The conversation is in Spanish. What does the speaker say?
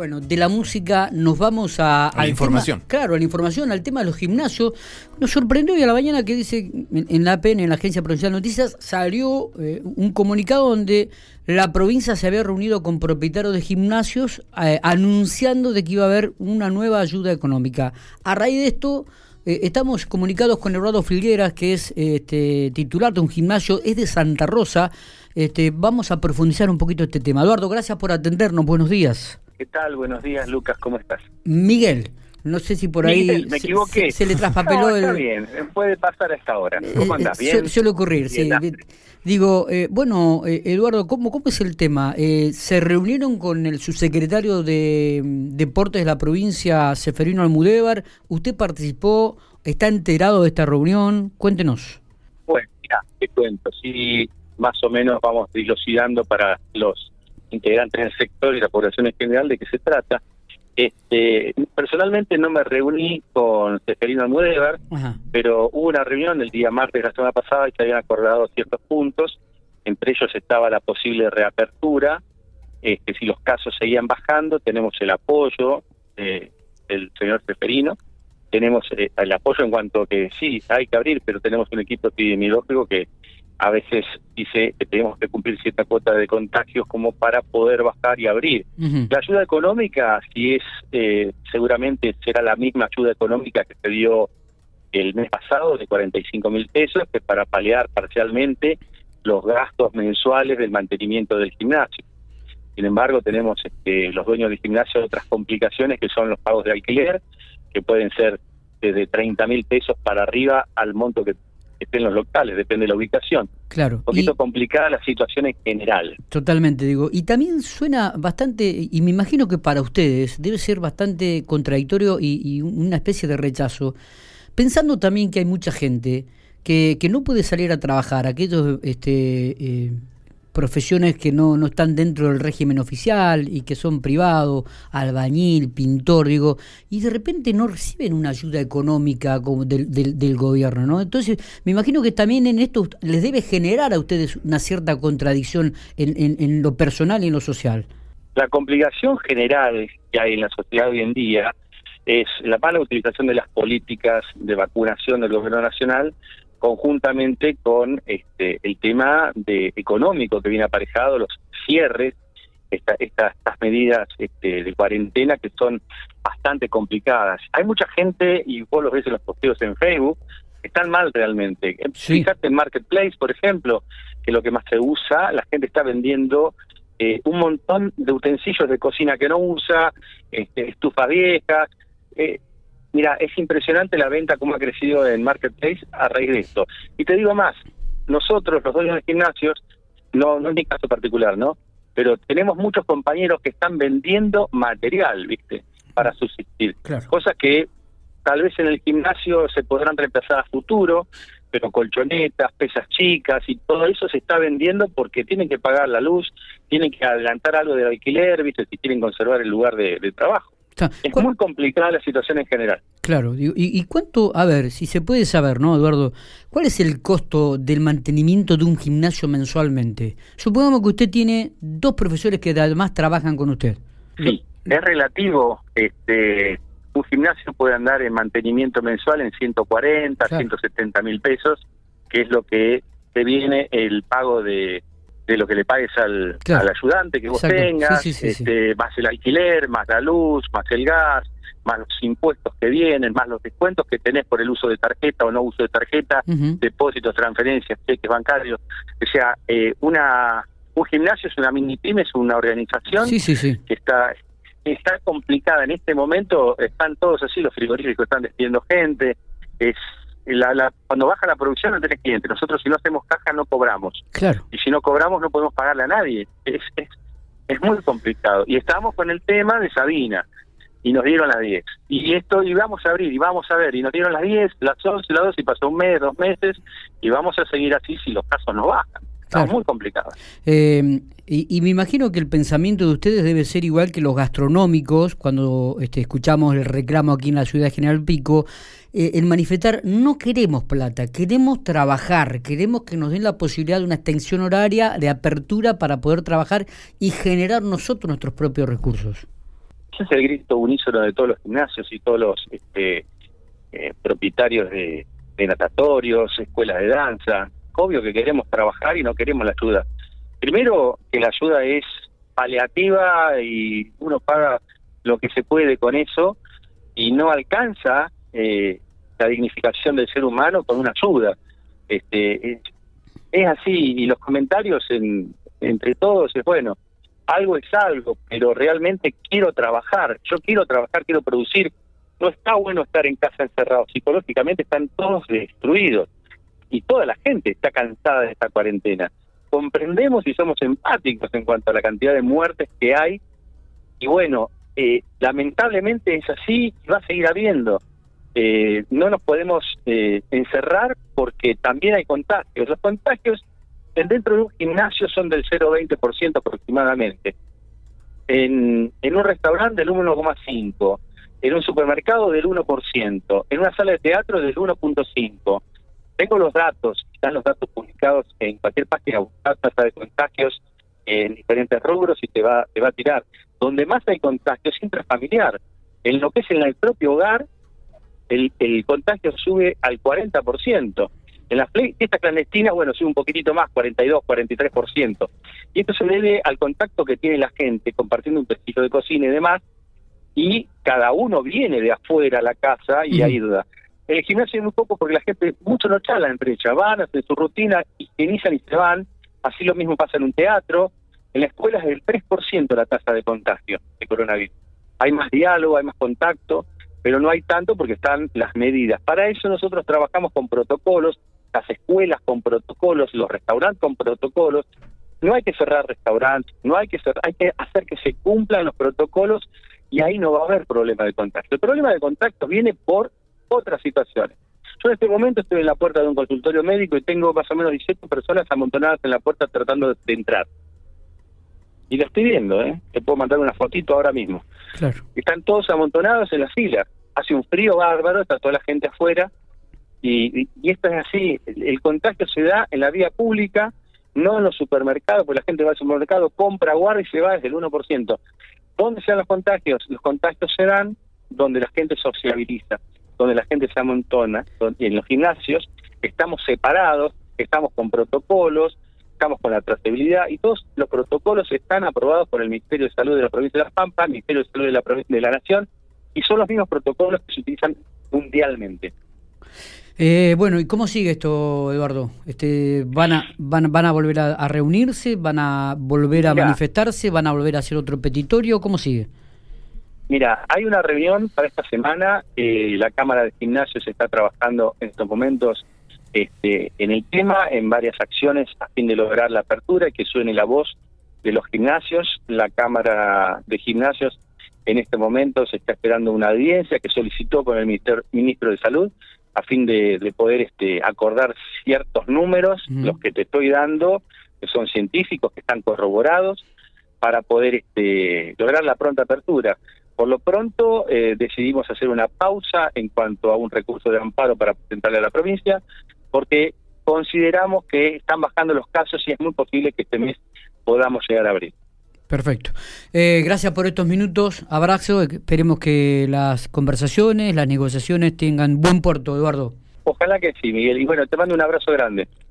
Bueno, de la música nos vamos a la información. Claro, a la información, al tema de los gimnasios. Nos sorprendió hoy a la mañana que dice en la APN, en la Agencia Provincial de Noticias, salió un comunicado donde la provincia se había reunido con propietarios de gimnasios anunciando de que iba a haber una nueva ayuda económica. A raíz de esto, estamos comunicados con Eduardo Filgueras, que es titular de un gimnasio, es de Santa Rosa. Vamos a profundizar un poquito este tema. Eduardo, gracias por atendernos. Buenos días. ¿Qué tal? Buenos días, Lucas. ¿Cómo estás? Miguel, no sé si por ahí Miguel, me equivoqué. Se le traspapeló está bien, puede pasar a esta hora. ¿Cómo andás? ¿Bien? Suele ocurrir, sí. Digo, Eduardo, ¿cómo es el tema? ¿Se reunieron con el subsecretario de Deportes de la provincia, Seferino Almudévar? ¿Usted participó? ¿Está enterado de esta reunión? Cuéntenos. Bueno, mira, te cuento. Sí, más o menos vamos dilucidando para los integrantes del sector y la población en general de qué se trata. Personalmente no me reuní con Seferino Almudévar, pero hubo una reunión el día martes de la semana pasada y se habían acordado ciertos puntos. Entre ellos estaba la posible reapertura. Si los casos seguían bajando, tenemos el apoyo del señor Seferino. Tenemos el apoyo en cuanto a que sí, hay que abrir, pero tenemos un equipo epidemiológico que a veces dice que tenemos que cumplir cierta cuota de contagios como para poder bajar y abrir. La ayuda económica, si es seguramente será la misma ayuda económica que se dio el mes pasado, de 45.000 pesos, que para paliar parcialmente los gastos mensuales del mantenimiento del gimnasio. Sin embargo, tenemos los dueños del gimnasio otras complicaciones que son los pagos de alquiler, que pueden ser desde 30.000 pesos para arriba al monto que estén los locales, depende de la ubicación. Claro. Un poquito complicada la situación en general. Totalmente, digo. Y también suena bastante, y me imagino que para ustedes debe ser bastante contradictorio y una especie de rechazo, pensando también que hay mucha gente que no puede salir a trabajar, aquellos profesiones que no están dentro del régimen oficial y que son privados, albañil, pintor, digo, y de repente no reciben una ayuda económica como del gobierno, ¿no? Entonces, me imagino que también en esto les debe generar a ustedes una cierta contradicción en lo personal y en lo social. La complicación general que hay en la sociedad hoy en día es la mala utilización de las políticas de vacunación del gobierno nacional conjuntamente con el tema económico que viene aparejado, los cierres, estas medidas de cuarentena que son bastante complicadas. Hay mucha gente, y vos lo ves en los posteos en Facebook, que están mal realmente. Sí. Fíjate en Marketplace, por ejemplo, que es lo que más se usa, la gente está vendiendo un montón de utensilios de cocina que no usa, estufas viejas. Mira, es impresionante la venta, cómo ha crecido en Marketplace a raíz de esto. Y te digo más, nosotros, los dueños de gimnasios, no es mi caso particular, ¿no? Pero tenemos muchos compañeros que están vendiendo material, ¿viste? Para subsistir. Claro. Cosas que tal vez en el gimnasio se podrán reemplazar a futuro, pero colchonetas, pesas chicas y todo eso se está vendiendo porque tienen que pagar la luz, tienen que adelantar algo del alquiler, ¿viste? Si quieren conservar el lugar de trabajo. Es muy complicada la situación en general. Claro, y cuánto, a ver, si se puede saber, ¿no, Eduardo? ¿Cuál es el costo del mantenimiento de un gimnasio mensualmente? Supongamos que usted tiene 2 profesores que además trabajan con usted. Sí, es relativo. Un gimnasio puede andar en mantenimiento mensual en 140, claro, 170.000 pesos, que es lo que te viene el pago de lo que le pagues al ayudante que vos tengas, más el alquiler, más la luz, más el gas, más los impuestos que vienen, más los descuentos que tenés por el uso de tarjeta o no uso de tarjeta, depósitos, transferencias, cheques bancarios. O sea, un gimnasio es una mini pyme, es una organización que está complicada en este momento. Están todos así, los frigoríficos están despidiendo gente, cuando baja la producción no tenés cliente. Nosotros si no hacemos caja no cobramos. Claro. Y si no cobramos no podemos pagarle a nadie. Es muy complicado. Y estábamos con el tema de Sabina y nos dieron las 10. Y vamos a abrir y vamos a ver. Y nos dieron las 10, las 11, las 12 y pasó un mes, 2 meses y vamos a seguir así si los casos no bajan. Claro. Muy complicado. Y me imagino que el pensamiento de ustedes debe ser igual que los gastronómicos, cuando escuchamos el reclamo aquí en la ciudad de General Pico, el manifestar, no queremos plata, queremos trabajar, queremos que nos den la posibilidad de una extensión horaria, de apertura para poder trabajar y generar nosotros nuestros propios recursos. Ese es el grito unísono de todos los gimnasios y todos los propietarios de natatorios, escuelas de danza. Obvio que queremos trabajar y no queremos la ayuda. Primero, que la ayuda es paliativa y uno paga lo que se puede con eso y no alcanza la dignificación del ser humano con una ayuda. Es así, y los comentarios entre todos es bueno, algo es algo, pero realmente quiero trabajar, quiero producir. No está bueno estar en casa encerrado, psicológicamente están todos destruidos y toda la gente está cansada de esta cuarentena. Comprendemos y somos empáticos en cuanto a la cantidad de muertes que hay y bueno, lamentablemente es así y va a seguir habiendo. No nos podemos encerrar porque también hay contagios. Los contagios dentro de un gimnasio son del 0,20% aproximadamente. En un restaurante del 1,5%. En un supermercado del 1%. En una sala de teatro del 1,5%. Tengo los datos, están los datos publicados en cualquier página, buscar tasa de contagios en diferentes rubros y te va a tirar. Donde más hay contagios es intrafamiliar. En lo que es en el propio hogar, el contagio sube al 40%. En las fiestas clandestinas, bueno, sube un poquitito más, 42, 43%. Y esto se debe al contacto que tiene la gente compartiendo un pesito de cocina y demás, y cada uno viene de afuera a la casa y hay duda. En el gimnasio es muy poco porque la gente, mucho no charla entre ellas, van, hacen su rutina, higienizan y se van. Así lo mismo pasa en un teatro. En la escuela es del 3% la tasa de contagio de coronavirus. Hay más diálogo, hay más contacto, pero no hay tanto porque están las medidas. Para eso nosotros trabajamos con protocolos, las escuelas con protocolos, los restaurantes con protocolos. No hay que cerrar restaurantes, hay que hacer que se cumplan los protocolos y ahí no va a haber problema de contacto. El problema de contacto viene por otras situaciones. Yo en este momento estoy en la puerta de un consultorio médico y tengo más o menos 18 personas amontonadas en la puerta tratando de entrar. Y lo estoy viendo, te puedo mandar una fotito ahora mismo. Claro. Están todos amontonados en la fila. Hace un frío bárbaro, está toda la gente afuera. Y esto es así, el contagio se da en la vía pública, no en los supermercados, porque la gente va al supermercado, compra, guarda y se va desde el 1%. ¿Dónde se dan los contagios? Los contagios se dan donde la gente sociabiliza, donde la gente se amontona, en los gimnasios estamos separados, estamos con protocolos, estamos con la trazabilidad y todos los protocolos están aprobados por el Ministerio de Salud de la Provincia de Las Pampas, el Ministerio de Salud de la Nación, y son los mismos protocolos que se utilizan mundialmente. Bueno, ¿y cómo sigue esto, Eduardo? ¿Van a volver a reunirse? ¿Van a volver a manifestarse? ¿Van a volver a hacer otro petitorio? ¿Cómo sigue? Mira, hay una reunión para esta semana. La Cámara de Gimnasios está trabajando en estos momentos en el tema, en varias acciones a fin de lograr la apertura y que suene la voz de los gimnasios. La Cámara de Gimnasios en este momento se está esperando una audiencia que solicitó con el ministro de Salud a fin de poder acordar ciertos números, los que te estoy dando, que son científicos, que están corroborados, para poder lograr la pronta apertura. Por lo pronto decidimos hacer una pausa en cuanto a un recurso de amparo para presentarle a la provincia, porque consideramos que están bajando los casos y es muy posible que este mes podamos llegar a abrir. Perfecto. Gracias por estos minutos. Abrazo. Esperemos que las conversaciones, las negociaciones tengan buen puerto, Eduardo. Ojalá que sí, Miguel. Y bueno, te mando un abrazo grande.